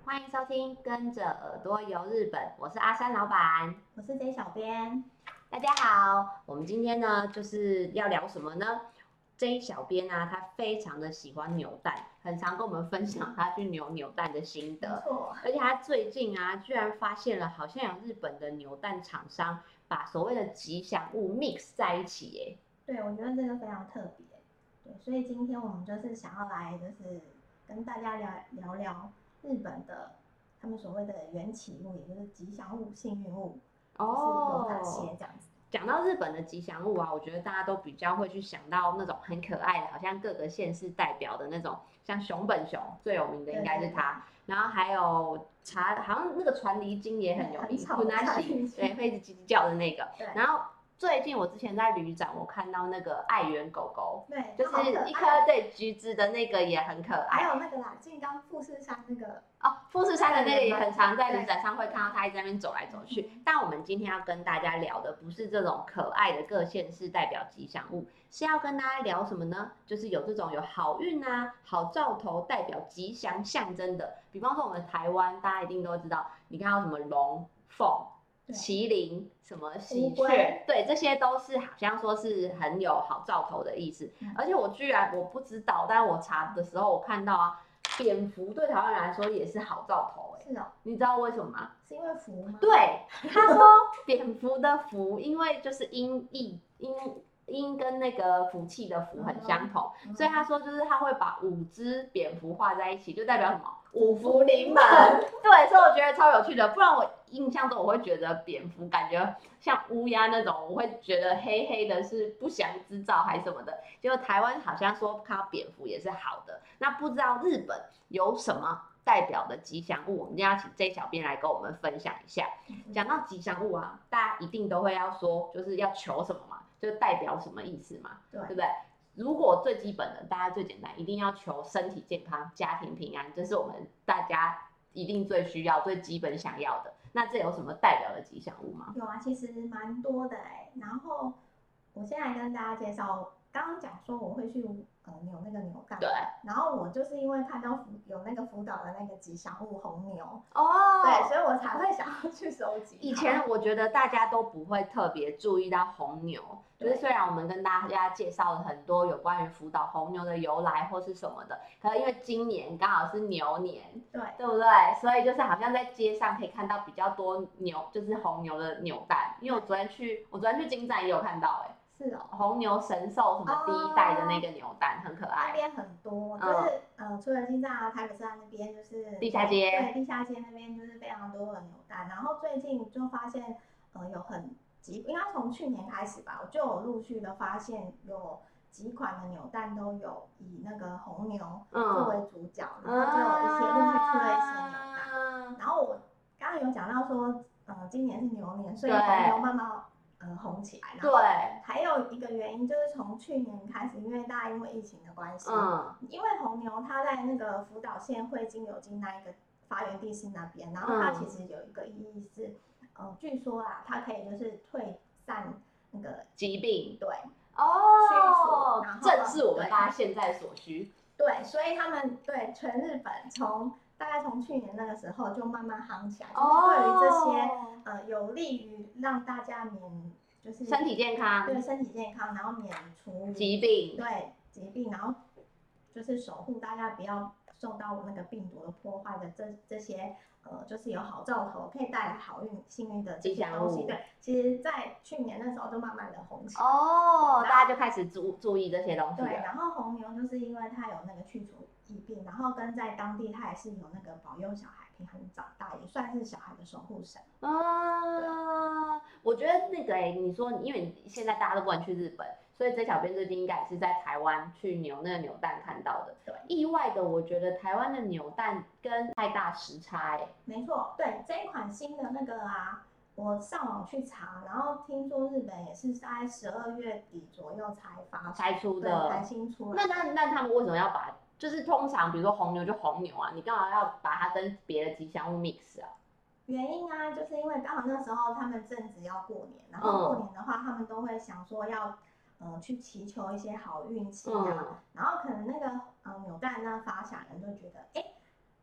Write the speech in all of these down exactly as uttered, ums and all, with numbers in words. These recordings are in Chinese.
欢迎收听跟着耳朵游日本，我是阿山老板， 我是 J 小编。 大家好，我们今天呢就是要聊什么呢？J 小编啊，他非常的喜欢扭蛋，很常跟我们分享他去扭扭蛋的心得。而且他最近啊，居然发现了好像有日本的扭蛋厂商把所谓的吉祥物 mix 在一起耶。 对，我觉得这个非常特别。对，所以今天我们就是想要来，就是跟大家聊聊聊日本的他们所谓的缘起物，也就是吉祥物、幸运物，就是有哪些这样子。 讲到日本的吉祥物啊，我觉得大家都比较会去想到那种很可爱的，好像各个县市代表的那种，像熊本熊最有名的应该是它，然后还有茶，好像那个传梨金也很有名， 很传梨对，会一直叽叽叫的那个，然后。最近我之前在旅展，我看到那个爱媛狗狗， 对， 就是一颗对橘子的那个也很可爱。 还有那个啦，静冈富士山那个哦，富士山的那个也很常在旅展上会看到它一直在那边走来走去。但我们今天要跟大家聊的不是这种可爱的各县市代表吉祥物，是要跟大家聊什么呢？就是有这种有好运啊、好兆头代表吉祥象征的，比方说我们台湾大家一定都知道，你看到什么龙凤。麒麟什么喜鹊，对，这些都是好像说是很有好兆头的意思。嗯、而且我居然我不知道，但是我查的时候我看到啊，蝙蝠对台湾人来说也是好兆头哎、 欸。是哦。 你知道为什么吗？ 是因为福吗？ 对，他说蝙蝠的福，因为就是音译音。音跟那个福气的福很相同，嗯、所以他说就是他会把五只蝙蝠画在一起，就代表什么五福临门。对，所以我觉得超有趣的。不然我印象中我会觉得蝙蝠感觉像乌鸦那种，我会觉得黑黑的是不祥之兆还是什么的。结果台湾好像说看到蝙蝠也是好的。那不知道日本有什么代表的吉祥物，我们今天要请 J 小编来跟我们分享一下。讲到吉祥物啊，大家一定都会要说，就是要求什么嘛，就代表什么意思嘛， 对, 对不对？如果最基本的，大家最简单，一定要求身体健康、家庭平安，这是我们大家一定最需要、最基本想要的。那这有什么代表的吉祥物吗？ 有啊，其实蛮多的哎、欸。然后我先来跟大家介绍，刚刚讲说我会去呃扭那个扭蛋， 对。 然后我就是因为看到有那个福岛的那个吉祥物红牛哦， 对，所以我才会想要去收集。 以前我觉得大家都不会特别注意到红牛，就是虽然我们跟大家介绍了很多有关于福岛红牛的由来或是什么的，可是因为今年刚好是牛年， 对， 对不对？所以就是好像在街上可以看到比较多牛，就是红牛的扭蛋。因为我昨天去，我昨天去金站也有看到、欸，哎。 是哦， 红牛神兽什么第一代的那个扭蛋、哦、很可爱， 那边很多，就是、嗯、呃，除了金站啊、台北车站那边，就是地下街， 对，地下街那边就是非常多的扭蛋。然后最近就发现，呃，有很几，应该从去年开始吧，我就有陆续的发现有几款的扭蛋都有以那个红牛作为主角，嗯、然后就有一些陆续出了一些扭蛋。嗯、然后我刚刚有讲到说，呃，今年是牛年，所以红牛慢慢。呃，红起来，然后还有一个原因就是从去年开始，因为大家因为疫情的关系，嗯，因为红牛它在那个福岛县会津柳津那一个发源地是那边，然后它其实有一个意义是，呃，据说啊，它可以就是退散那个疾病， 对， 哦，正是我们大家现在所需， 对，所以他们对全日本从。大概从去年那个时候就慢慢夯起来，就是对于这些、oh. 呃有利于让大家免就是身体健康， 对身体健康，然后免除疾病， 对疾病，然后就是守护大家不要受到那个病毒的破坏的这这些呃就是有好兆头，可以带来好运、幸运的这些东西。对，其实，在去年那时候就慢慢的红起来哦， oh, 大家就开始注注意这些东西了。 对，然后红牛就是因为它有那个去除疫病，然后跟在当地它也是有那个保佑小孩平安长大，也算是小孩的守护神。 啊，我觉得那个哎、欸，你说因为现在大家都不能去日本，所以这小编最近应该也是在台湾去扭那个扭蛋看到的。 对， 意外的，我觉得台湾的扭蛋跟太大时差哎、欸。 没错，对这一款新的那个啊。我上网去查，然后听说日本也是在十二月底左右才发才出的， 才新出来。 那那那他们为什么要把？就是通常比如说红牛就红牛啊，你干嘛要把它跟别的吉祥物 mix 啊？ 原因啊，就是因为刚好那时候他们正值要过年，然后过年的话，嗯、他们都会想说要呃去祈求一些好运气啊，嗯、然后可能那个呃扭蛋那发想人就觉得，哎。既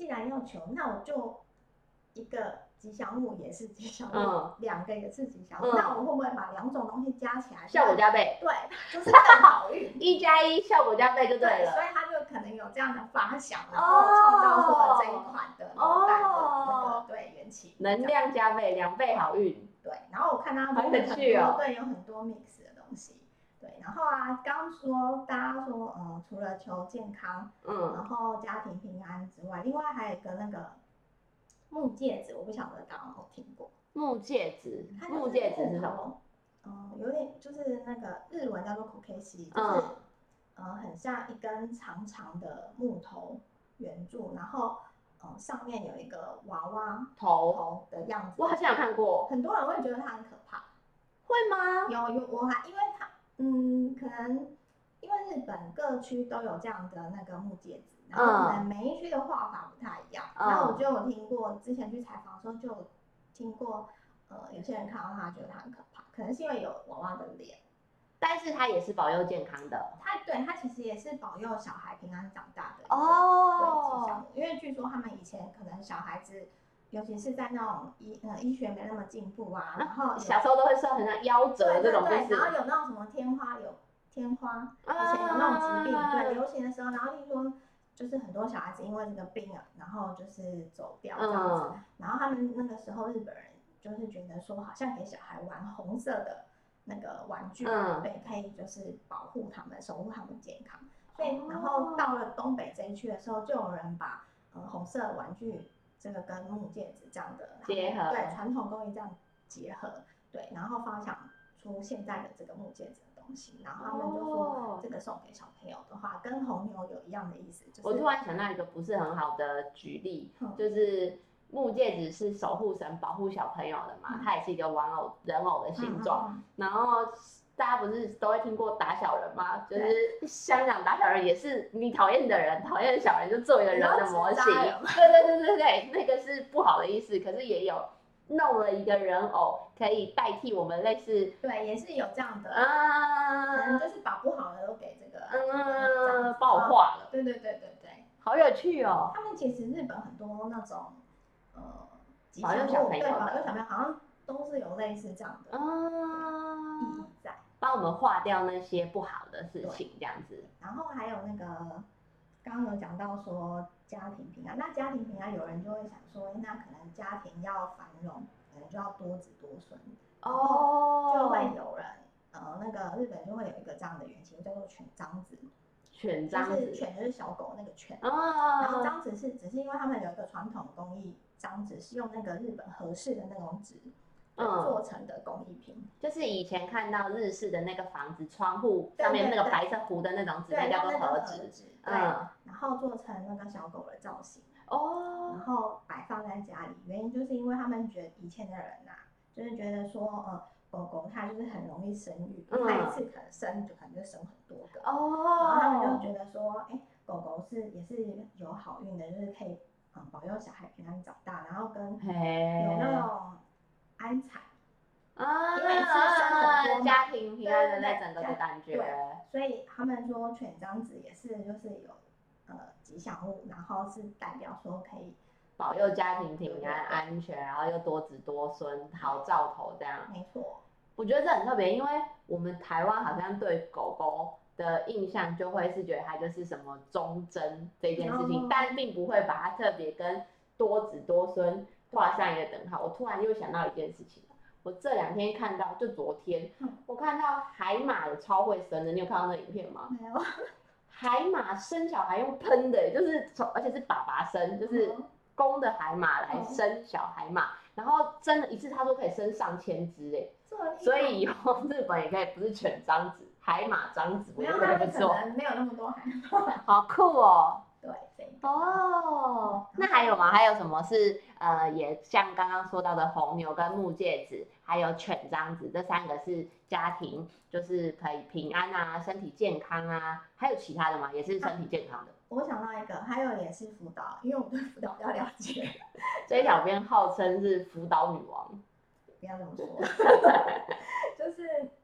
既然要求，那我就一个吉祥物也是吉祥物， 嗯两、个也是吉祥物， 嗯那我会不会把两种东西加起来， 效果加倍？ 对，就是更好运， 一加一效果加倍就对了。 所以他就可能有这样的发想，然后创造出了这一款的扭蛋的那个对缘起， 能量加倍，两倍好运。 对，然后我看他好们很多、 有趣哦对有很多 mix 的东西。对，然后啊，刚说大家说，嗯，除了求健康， 嗯， 然后家庭平安之外，另外还有一个那个木戒指，我不晓得大家有没有听过。 木戒指， 它就是木戒指是什么？ 嗯，有点就是那个日文叫做 kokeshi，就是、 嗯呃很像一根长长的木头圆柱，然后呃上面有一个娃娃头头的样子。 我好像有看过。 很多人会觉得它很可怕。 会吗？ 有有，我还因为它嗯，可能因为日本各区都有这样的那个木戒指，然后可能每一区的画法不太一样。 嗯、 然后我就有听过，之前去采访的时候就有听过，呃，有些人看到它觉得它很可怕，可能是因为有娃娃的脸。 但是它也是保佑健康的。 它对它其实也是保佑小孩平安长大的一个、 哦、 对吉祥物，因为据说他们以前可能小孩子。尤其是在那种医呃医学没那么进步啊，然后小时候都会说很像夭折这种， 对对对，然后有那种什么天花有天花，以前有那种疾病， 啊、 对流行的时候，然后听说就是很多小孩子因为这个病啊，然后就是走掉这样子，嗯、然后他们那个时候日本人就是觉得说，好像给小孩玩红色的那个玩具，嗯、对，可以就是保护他们，守护他们健康。所以，然后到了东北这一区的时候，就有人把呃红色玩具。这个跟木戒指这样的结合， 对传统工艺这样结合，对，然后发想出现在的这个木戒指的东西，然后他们就说这个送给小朋友的话，跟红牛有一样的意思。就是、 我突然想到一个不是很好的举例，嗯、就是木戒指是守护神保护小朋友的嘛，嗯、它也是一个玩偶人偶的形状，嗯嗯嗯、然后。大家不是都会听过打小人吗？就是香港打小人也是你讨厌的人，讨厌的小人就做一个人的模型。对对对对对，那个是不好的意思，可是也有弄了一个人偶可以代替我们类似。 对，也是有这样的。啊，可能就是把不好的都给这个。嗯， 帮我画了。 对对对对对。 好有趣哦。 他们其实日本很多那种呃保佑小朋友的， 对保佑小朋友好像都是有类似这样的意义在。 帮我们划掉那些不好的事情，这样子。 然后还有那个，刚刚有讲到说家庭平安，那家庭平安有人就会想说，那可能家庭要繁荣，可能就要多子多孙，哦，就会有人，呃，那个日本就会有一个这样的原型，叫做犬张子。 犬张子， 就是犬就是小狗那个犬， 哦， 然后张子是只是因为他们有一个传统工艺，张子是用那个日本和式的那种纸。做成的工艺品， 嗯、就是以前看到日式的那个房子窗户上面那个白色糊的那种纸，那叫做和纸， 嗯，然后做成那个小狗的造型，哦，然后摆放在家里，原因就是因为他们觉得以前的人呐、啊，就是觉得说，呃，狗狗它就是很容易生育，它、嗯、一次可能生就可能就生很多个，哦，然后他们就觉得说，哎，狗狗是也是有好运的，就是可以嗯保佑小孩平安长大，然后跟有那种。安产啊， 因为是生很多嘛， 家庭平安的那整个的感觉， 对，所以他们说犬张子也是就是有呃吉祥物，然后是代表说可以保佑家庭平安安全，然后又多子多孙，好兆头这样。 没错， 我觉得这很特别，因为我们台湾好像对狗狗的印象就会是觉得它就是什么忠贞这件事情，哦、但并不会把它特别跟多子多孙画上一个等号。我突然又想到一件事情，我这两天看到，就昨天，嗯、我看到海马也超会生的，你有看到那影片吗？ 没有。 海马生小孩用喷的，就是而且是爸爸生，就是公的海马来生小海马，嗯、然后真的一次他说可以生上千只哎，所以以后日本也可以不是犬张子，海马张子，我觉得不错。 没有那么多海马。 好酷哦。 对， 哦，那还有吗？还有什么是呃，也像刚刚说到的红牛跟木戒指，还有犬张子，这三个是家庭就是可以平安啊，身体健康啊，还有其他的吗？也是身体健康的。啊、 我想到一个，还有也是辅导，因为我对辅导比较了解。 这一小编号称是辅导女王， 不要这么说，就是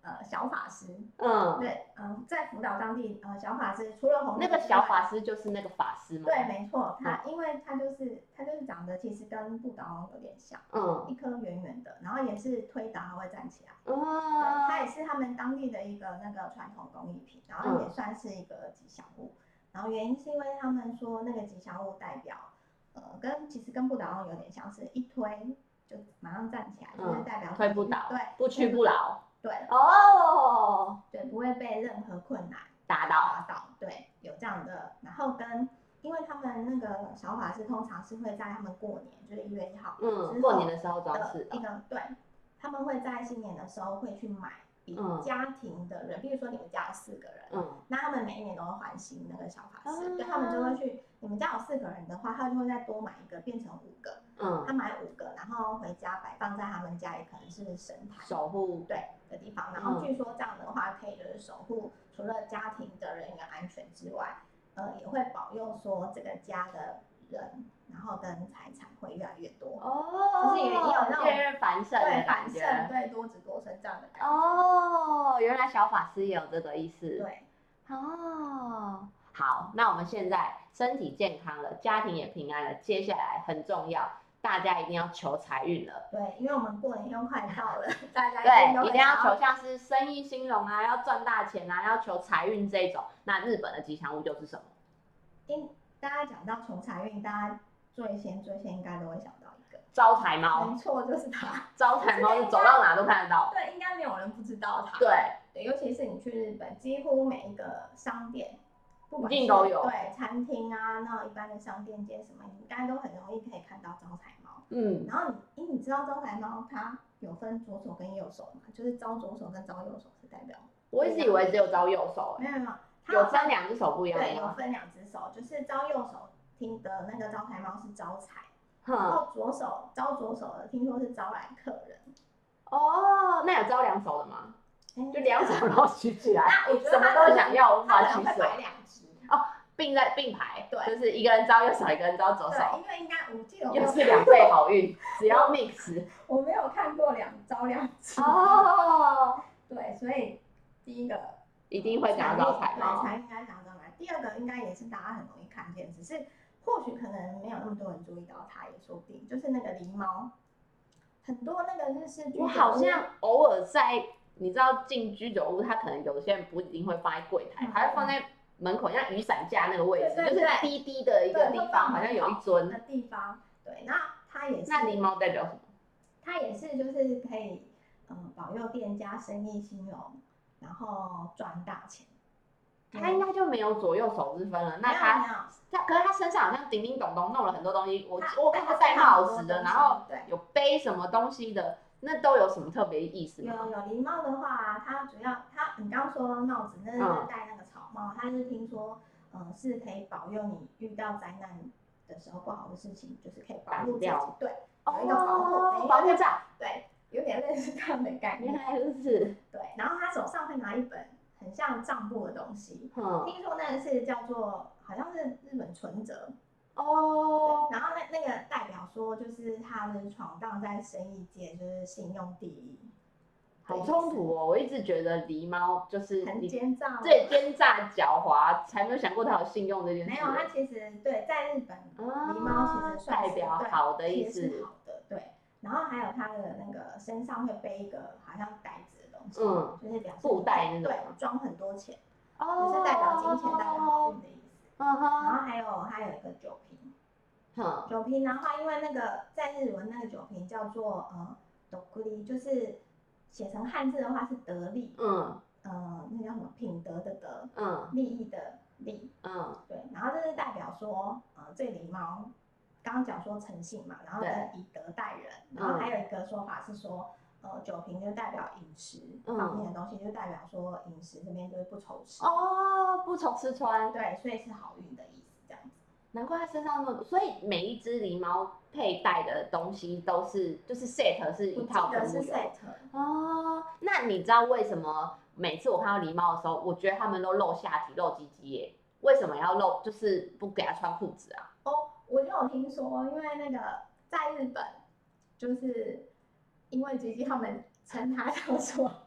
呃小法师， 嗯， 对，嗯，在福岛当地呃小法师除了红那个小法师就是那个法师吗？ 对，没错，他、嗯、因为他就是他就是长得其实跟不倒翁有点像，嗯，一颗圆圆的，然后也是推倒他会站起来，嗯，对，他也是他们当地的一个那个传统工艺品，然后也算是一个吉祥物，然后原因是因为他们说那个吉祥物代表，呃，跟其实跟不倒翁有点像是一推就马上站起来，嗯、就是代表推不倒， 对， 不屈不挠， 对， 哦， 对，不会被任何困难打倒， 打倒，对，有这样的，然后跟。因为他们那个小法师通常是会在他们过年，就是一月一号， 嗯，过年的时候装饰的一个对，他们会在新年的时候会去买比家庭的人，比如说你们家有四个人，嗯，那他们每一年都会换新那个小法师，对，他们就会去，你们家有四个人的话，他就会再多买一个，变成五个，嗯，他买五个，然后回家摆放在他们家，也可能是神坛守护对的地方，然后据说这样的话可以就是守护除了家庭的人员安全之外。呃，也会保佑说这个家的人，然后跟财产会越来越多哦，就是也也有那种月月繁盛的感觉， 对，多子多孙这样的感觉。 哦，原来小法师也有这个意思。 对， 哦，好，那我们现在身体健康了，家庭也平安了，接下来很重要，大家一定要求财运了。 对，因为我们过年又快到了，大家对，一定要求像是生意兴隆啊，要赚大钱啊，要求财运这一种。那日本的吉祥物就是什么？ 因大家讲到求财运，大家最先最先应该都会想到一个招财猫， 没错，就是它。 招财猫是走到哪都看得到。 对，应该没有人不知道它。 对， 对，尤其是你去日本，几乎每一个商店，不管一定都有。 对，餐厅啊，那一般的商店街什么，你应该都很容易可以看到招财猫。 嗯。 然后你，你知道招财猫它有分左手跟右手吗？就是招左手跟招右手是代表。 我一直以为只有招右手、 欸。没有没有。 有分两只手不一样吗？ 对，有分两只手，就是招右手听的那个招财猫是招财，然后左手招左手的听说是招来客人。 哦，那有招两手的吗？ 欸、 就两手然后举起来， 我觉得什么都想要，无法取舍。 摆两只哦，并在并排， 对， 就是一个人招右手，一个人招左手。 对，因为应该我记得又是两倍好运，只要 mix。 我没有看过两招两只。 哦， 对，所以第一个。 一定会讲到财猫， 才应该讲到来。第二个应该也是大家很容易看见，只是或许可能没有那么多人注意到它，也说不定。就是那个狸猫，很多那个日式居酒屋， 我好像偶尔在，你知道进居酒屋，它可能有些人不一定会放在柜台，还、嗯、会放在门口，像雨伞架那个位置， 对对对， 就是低低的一个地方，好像有一尊的地方。对，那它也是。 那狸猫代表什么？ 它也是就是可以，嗯，保佑店家生意兴隆。然后赚大钱， 他应该就没有左右手之分了。那他他可是他身上好像叮叮咚咚弄了很多东西，我我看他戴帽子的，然后有背什么东西的，那都有什么特别意思吗？ 有有狸猫的话，它主要它你刚刚说帽子，那是戴那个草帽，它是听说呃是可以保佑你遇到灾难的时候不好的事情，就是可以保护自己，对，有一个保护保护罩， 对。有点类似这样的概念， 原来如此。 对，然后他手上会拿一本很像账簿的东西，嗯，听说那个是叫做好像是日本存折哦，然后那那个代表说就是他是闯荡在生意界，就是信用第一。 好冲突哦！我一直觉得狸猫就是很奸诈， 对，奸诈狡猾，才没有想过他有信用这件事。 没有，他其实对在日本，狸猫其实代表好的意思， 是好的，对。然后还有他的那个身上会背一个好像袋子的东西，嗯，就是表示布袋那种， 对，装很多钱，哦，就是代表金钱、代表好运的意思。嗯哼。然后还有还有一个酒瓶，嗯，酒瓶的话，因为那个在日文那个酒瓶叫做呃斗格利，就是写成汉字的话是得利，嗯，呃，那叫什么品德的德，嗯，利益的利，嗯，对。然后这是代表说，呃，这狸猫。刚刚讲说诚信嘛，然后跟以德待人，然后还有一个说法是说，呃，酒瓶就代表饮食方面的东西，嗯、就代表说饮食这边就是不愁吃哦，不愁吃穿， 对，所以是好运的意思这样子。 难怪它身上那么，所以每一只狸猫佩戴的东西都是就是 set 是一套全部有。 set 哦，那你知道为什么每次我看到狸猫的时候，我觉得他们都露下体、露鸡鸡耶？为什么要露？就是不给它穿裤子啊？ 哦。我就有听说，因为那个在日本，就是因为吉吉他们称它叫做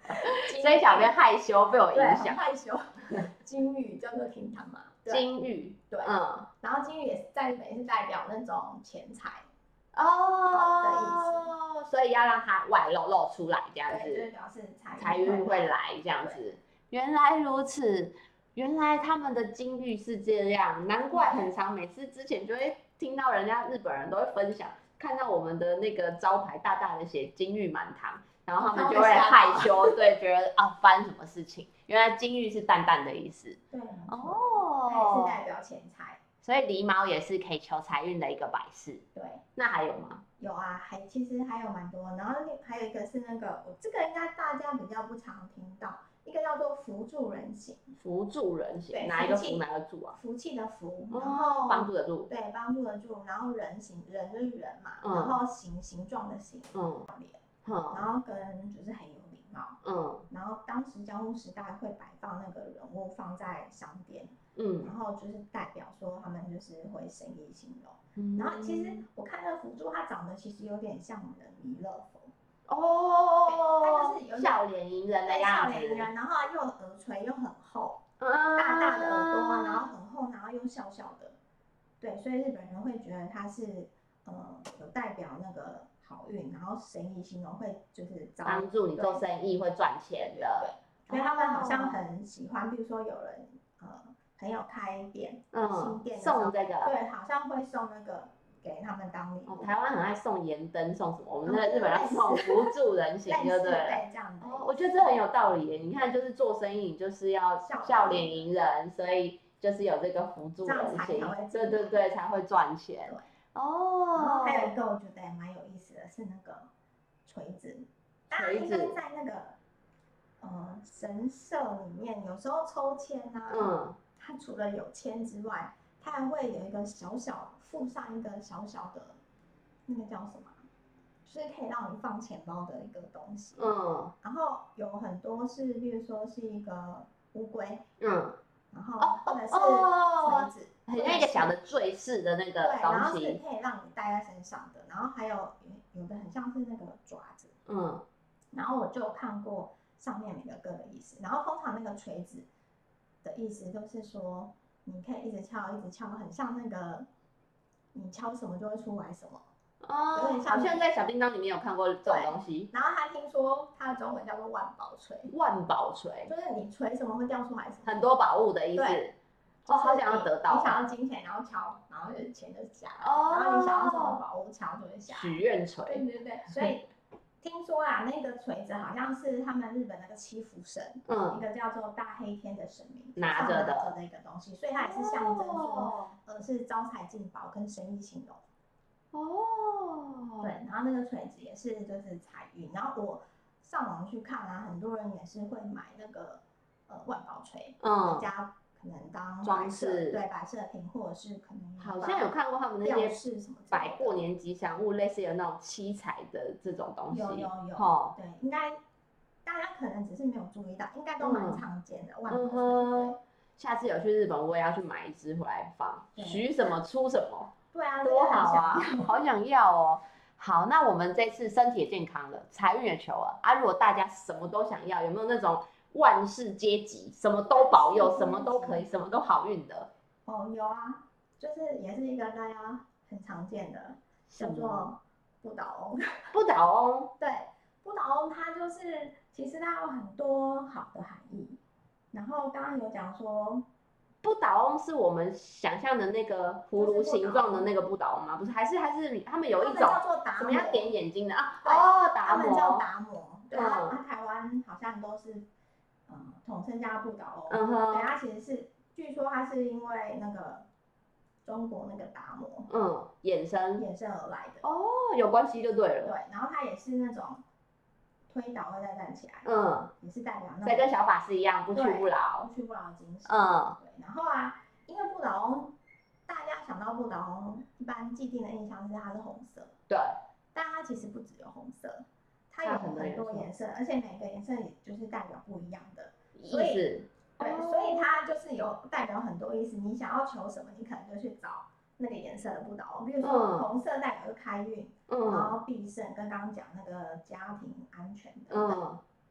所以小编害羞被我影对， 响很。害羞。金鱼叫做听堂嘛，对金玉， 对， 嗯， 然后金鱼也是在日本也是代表那种钱财哦的意所以要让它外露露出来，这样对，就是子， 表示财财运会来。 来，这样子。原来如此，原来他们的金玉是这样，难怪很常每次之前就会听到人家日本人都会分享，看到我们的那个招牌大大的写金玉满堂，然后他们就会害羞，对，觉得啊发生什么事情？原来金玉是淡淡的意思。 对， 哦， 它也是代表钱财。 所以狸猫也是可以求财运的一个摆饰。 对， 那还有吗？ 有啊，还其实还有蛮多，然后还有一个是那个，这个应该大家比较不常听到，一个叫做扶助人行。 扶助人行， 对， 哪一个扶哪个助啊？ 福气的福， 哦然后帮助的助。 对，帮助的助，然后人形，人就是人嘛， 嗯然后形形状的形， 嗯， 脸， 哼然后跟就是很有礼貌， 嗯然后当时江户时代会摆放那个人物放在商店， 嗯然后就是代表说他们就是会生意兴隆。 嗯。 然后其实我看那个辅助，它长得其实有点像我们的弥勒佛。 哦， 它就是有笑脸迎人的对， 样子。 笑脸迎人，然后又耳垂又很厚， 嗯大大的耳朵，然后很厚，然后又小小的。对，所以日本人会觉得它是呃有代表那个好运，然后生意兴隆，会就是帮助你做生意会赚钱的。 所以他们好像很喜欢，比如说有人呃朋友开店， 嗯， 新店的时候送这个。 对，好像会送那个给他们当礼物。 哦，台湾很爱送盐灯，送什么？我们那哦个日本要送扶助人行，对不对？ 对，这样的。 哦，我觉得这很有道理耶。你看，就是做生意，你就是要笑脸迎人，所以就是有这个扶助人行，对对对，才会赚钱。哦。 然后还有一个我觉得也蛮有意思的是那个锤子， 锤子在那个呃神社里面，有时候抽签啊， 嗯， 它除了有签之外，它还会有一个小小附上一个小小的那个叫什么？就是可以让你放钱包的一个东西。嗯。然后有很多是，比如说是一个乌龟。嗯。然后或者是锤子， 很像一个小的坠饰的那个东西。 对，然后是可以让你戴在身上的。然后还有有的很像是那个爪子。嗯。然后我就看过上面每个各的意思。然后通常那个锤子的意思就是说，你可以一直敲，一直敲，很像那个你敲什么就会出来什么。 哦，好像在小叮当里面有看过这种东西。 然后他听说它的中文叫做万宝锤。 万宝锤就是你锤什么会掉出来什么。很多宝物的意思。哦，好想要得到。 你想要金钱，然后敲，然后就是钱就下来。哦。然后你想要什么宝物，敲就会下来。 许愿锤。 对对对，所以听说啊，那个锤子好像是他们日本那个七福神，嗯，一个叫做大黑天的神明拿着的的一个东西，所以它也是象征说，呃，是招财进宝跟生意兴隆。哦，对，然后那个锤子也是就是财运，然后我上网去看啊，很多人也是会买那个呃万宝锤，嗯，家可能当装饰， 对，摆设品，或者是可能好像有看过他们那些摆过年吉祥物，类似有那种七彩的这种东西， 有有有，哦，对，应该大家可能只是没有注意到，应该都蛮常见的、嗯、万宝锤。对， 下次有去日本，我也要去买一只回来放，许什么出什么。 对啊， 多好啊，好想要哦。好，那我们这次身体也健康了，财运也求了啊。如果大家什么都想要，有没有那种万事皆吉，什么都保佑，什么都可以，什么都好运的？ 哦，有啊，就是也是一个大家很常见的，叫做不倒翁。 不倒翁， 对，不倒翁它就是其实它有很多好的含义。然后刚刚有讲说。 不倒翁是我们想象的那个葫芦形状的那个不倒翁吗？不是，还是还是他们有一种什么要点眼睛的啊？哦，达摩， 他们叫达摩。对啊，台湾好像都是嗯统称叫不倒翁。嗯哼。对，它其实是据说它是因为那个中国那个达摩嗯衍生衍生而来的。 哦，有关系就对了。 对，然后它也是那种。推倒会再站起来，嗯，也是代表那所以跟小法师一样，不屈不挠， 不屈不挠的精神，嗯，对。然后啊，因为不倒翁，大家想到不倒翁，一般既定的印象是它是红色， 对， 但它其实不只有红色，它有很多颜色，而且每个颜色也就是代表不一样的意思， 对，哦、所以它就是有代表很多意思。你想要求什么，你可能就去找那个颜色的不倒翁，比如说、嗯、红色代表是开运。嗯、然后必胜跟刚刚讲那个家庭安全等等，嗯、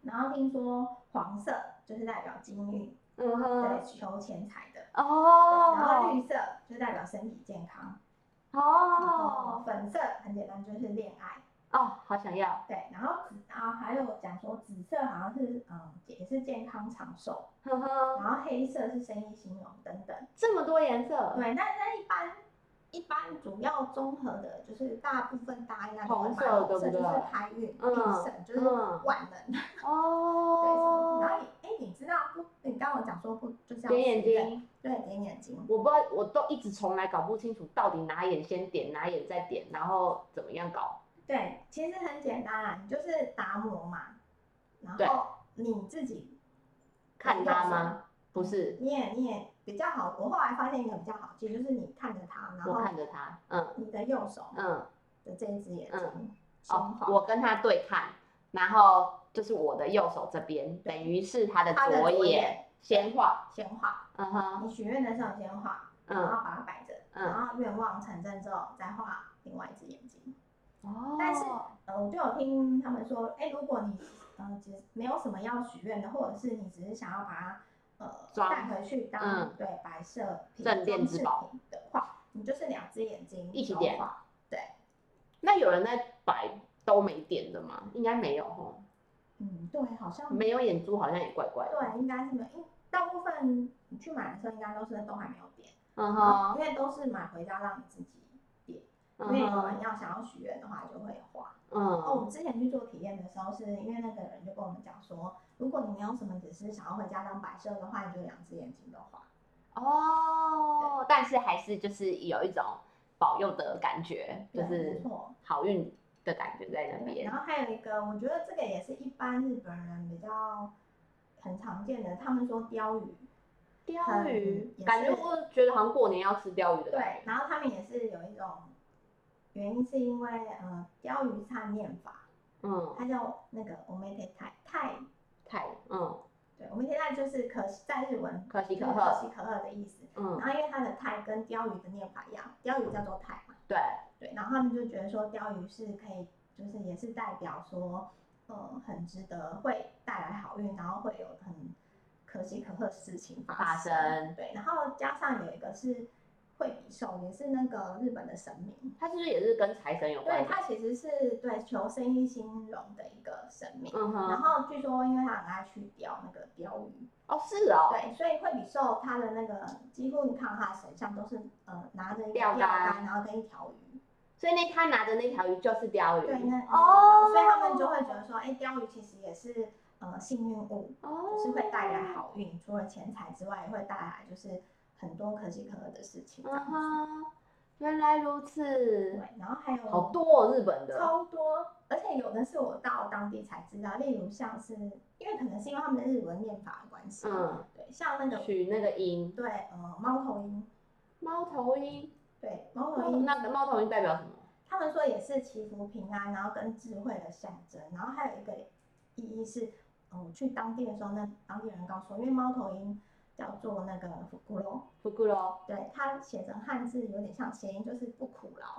然后听说黄色就是代表金运， 嗯哼， 对，求钱财的。 哦， 然后绿色就代表身体健康。 哦， 粉色很简单，就是恋爱。 哦，好想要。 对，然后紫啊还有讲说紫色好像是嗯也是健康长寿， 呵呵， 然后黑色是生意兴隆等等。 这么多颜色。 对，那那一般一般主要综合的就是大部分大家应该红色对不对？ 就是开运、必胜，就是万能。 哦。 对，然后你哎你知道不？你刚刚有讲说不就是要点眼睛？ 对，点眼睛。 我不知道，我都一直从来搞不清楚到底哪眼先点，哪眼再点，然后怎么样搞。 对，其实很简单啦，你就是达摩嘛，然后你自己看它吗？不是， 你也你也比较好。我后来发现一个比较好记，就是你看着它，然后我看着它，嗯， 你的右手， 嗯， 的这一只眼睛， 嗯，哦，我跟它对看，然后就是我的右手这边，等于是它的左眼先画， 先画， 嗯哼， 你许愿的时候先画，然后把它摆着，然后愿望成真之后再画另外一只眼睛。哦，但是呃，我就有听他们说，哎，如果你呃只没有什么要许愿的，或者是你只是想要把它呃带回去当、嗯、对摆设品、 镇店之宝的话，你就是两只眼睛一起点。 对， 那有人在摆都没点的吗？应该没有吼。 嗯，对，好像没有眼珠，好像也怪怪的。 对，应该是没有，因大部分你去买的时候，应该都是都还没有点， 嗯哼， 因为都是买回家让你自己点。因为有人要想要许愿的话，就会画。嗯，哦，我们之前去做体验的时候，是因为那个人就跟我们讲说，如果你没有什么只是想要回家当摆设的话，你就两只眼睛都画。 哦，但是还是就是有一种保佑的感觉，就是好运的感觉在那边。 然后还有一个，我觉得这个也是一般日本人比较很常见的，他们说鲷鱼。 鲷鱼，感觉我觉得好像过年要吃鲷鱼的。 对，然后他们也是有一种原因，是因为呃，鲷鱼它念法，嗯，它叫那个おめでたい泰泰，嗯， 对，おめでたい就是可在日文可喜可贺， 可喜可贺的意思。嗯，然后因为它的泰跟鲷鱼的念法一样，鲷鱼叫做泰嘛。 对对，然后他们就觉得说鲷鱼是可以，就是也是代表说，呃，很值得会带来好运，然后会有很可喜可贺的事情发生。发生对，然后加上有一个是惠比寿，也是那个日本的神明。 他是不是也是跟财神有关？ 对，他其实是对求生意兴隆的一个神明。嗯哼。然后据说，因为他很爱去钓那个鲷鱼。 哦，是哦。 对，所以惠比寿他的那个几乎你看他的神像都是呃拿着一个钓竿，然后跟一条鱼。 所以那他拿的那条鱼就是鲷鱼。 对，那哦，所以他们就会觉得说，哎，鲷鱼其实也是呃幸运物，哦、就是会带来好运，除了钱财之外，也会带来就是很多可喜可贺的事情。嗯哼，原来如此。 对，然后还有好多、哦、日本的， 超多，而且有的是我到当地才知道，例如像是因为可能是因为他们的日文念法的关系，嗯，对，像那个取那个音， 对，呃，猫头鹰， 猫头鹰。 对，猫头鹰， 那猫头鹰代表什么？ 他们说也是祈福平安，然后跟智慧的象征。然后还有一个意义是，嗯，去当地的时候，那当地人告诉我，因为猫头鹰叫做那个福古罗， 福古罗， 对，它写成汉字有点像谐音，就是不苦劳。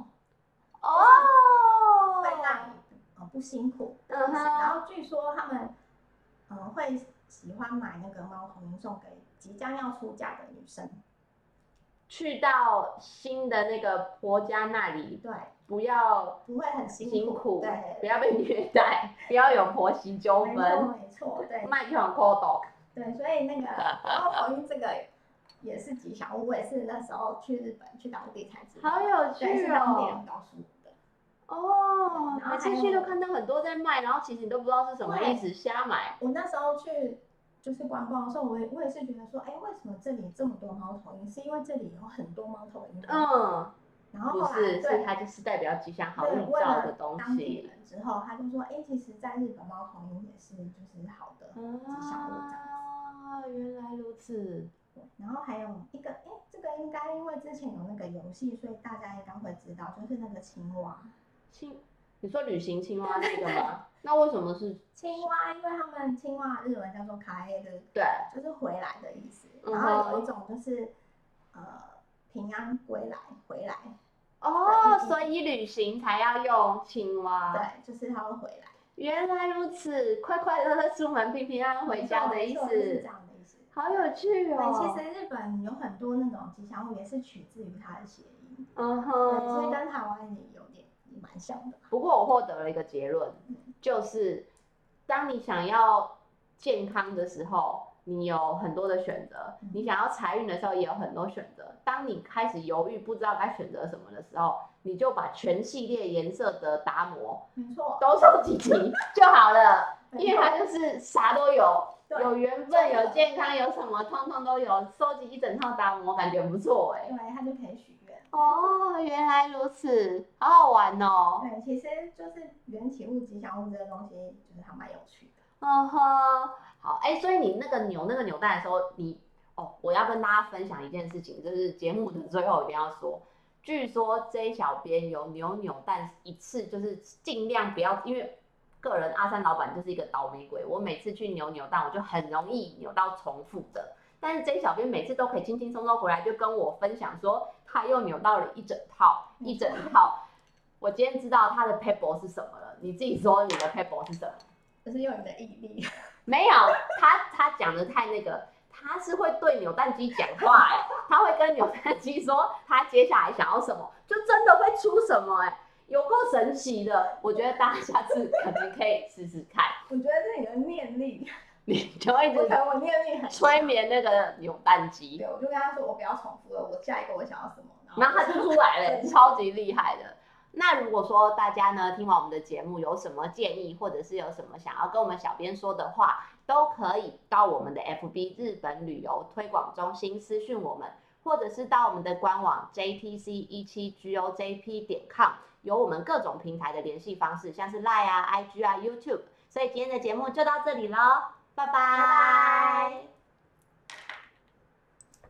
哦， 会让你呃不辛苦。嗯哼。然后据说他们嗯会喜欢买那个猫头鹰送给即将要出嫁的女生。 去到新的那个婆家那里， 对， 不要不会很辛苦， 辛苦对， 不要被虐待，不要有婆媳纠纷， 没错没错，对， 麦克很 cold。 对，所以那个猫头鹰这个也是吉祥物，我也是那时候去日本去当地才知道， 好有趣哦， 是当地人告诉我的。 哦，每次去都看到很多在卖，然后其实你都不知道是什么意思，瞎买。 我那时候去。就是观光的时候，我也我也是觉得说，哎，为什么这里这么多猫头鹰？是因为这里有很多猫头鹰。嗯。然后后来， 不是，是它就是代表吉祥好运兆的东西。 当地人之后，他就说，哎，其实在日本猫头鹰也是就是好的吉祥物这样子。 啊，原来如此。 对，然后还有一个，哎，这个应该因为之前有那个游戏，所以大家应该会知道，就是那个青蛙。 青，你说旅行青蛙那个吗？那为什么是青蛙？因为他们青蛙日文叫做卡黑的， 对， 就是回来的意思。然后有一种就是呃平安归来，回来。 哦，所以旅行才要用青蛙。 对，就是它会回来。 原来如此，快快乐乐出门，平平安安回家的意思。 是这样的意思。 好有趣哦。 对，其实日本有很多那种吉祥物也是取自于它的谐音。 嗯哼。 对，所以跟台湾也有点也蛮像的。 不过我获得了一个结论，嗯、就是当你想要健康的时候，你有很多的选择；嗯、你想要财运的时候，也有很多选择。当你开始犹豫，不知道该选择什么的时候，你就把全系列颜色的达摩， 没错， 都收集齐就好了，因为它就是啥都有。有缘分，有健康，有什么通通都有，收集一整套达摩，感觉不错哎。 对，他就可以许愿。 哦，原来如此，好好玩哦。 对，其实就是缘起物、吉祥物这个东西，就是还蛮有趣的。 嗯哼，好，哎，所以你那个扭那个扭蛋的时候，你哦，我要跟大家分享一件事情，就是节目的最后一定要说，据说 J 小编有扭扭蛋一次，就是尽量不要，因为。个人阿三老板就是一个倒霉鬼，我每次去扭扭蛋，我就很容易扭到重复的。但是 J 小编每次都可以轻轻松松回来，就跟我分享说，他又扭到了一整套，一整套。我今天知道他的 pebble 是什么了，你自己说你的 pebble 是什么？ 就是用你的毅力。 没有，他他讲的太那个，他是会对扭蛋机讲话哎、欸，他会跟扭蛋机说他接下来想要什么，就真的会出什么哎、欸。有够神奇的，我觉得大家下次可能可以试试看。 我觉得是你的念力， 你就一直我可能我念力很催眠那个扭蛋机。 对，我就跟他说我不要重复了，我下一个我想要什么， 然后他就出来了，超级厉害的。那如果说大家呢听完我们的节目有什么建议，或者是有什么想要跟我们小编说的话，都可以到我们的 F B 日本旅游推广中心私讯我们，或者是到我们的官网 J T C 一七 G O J P 点 com。有我们各种平台的联系方式，像是 Line 啊、I G 啊、YouTube， 所以今天的节目就到这里咯，拜拜。拜拜。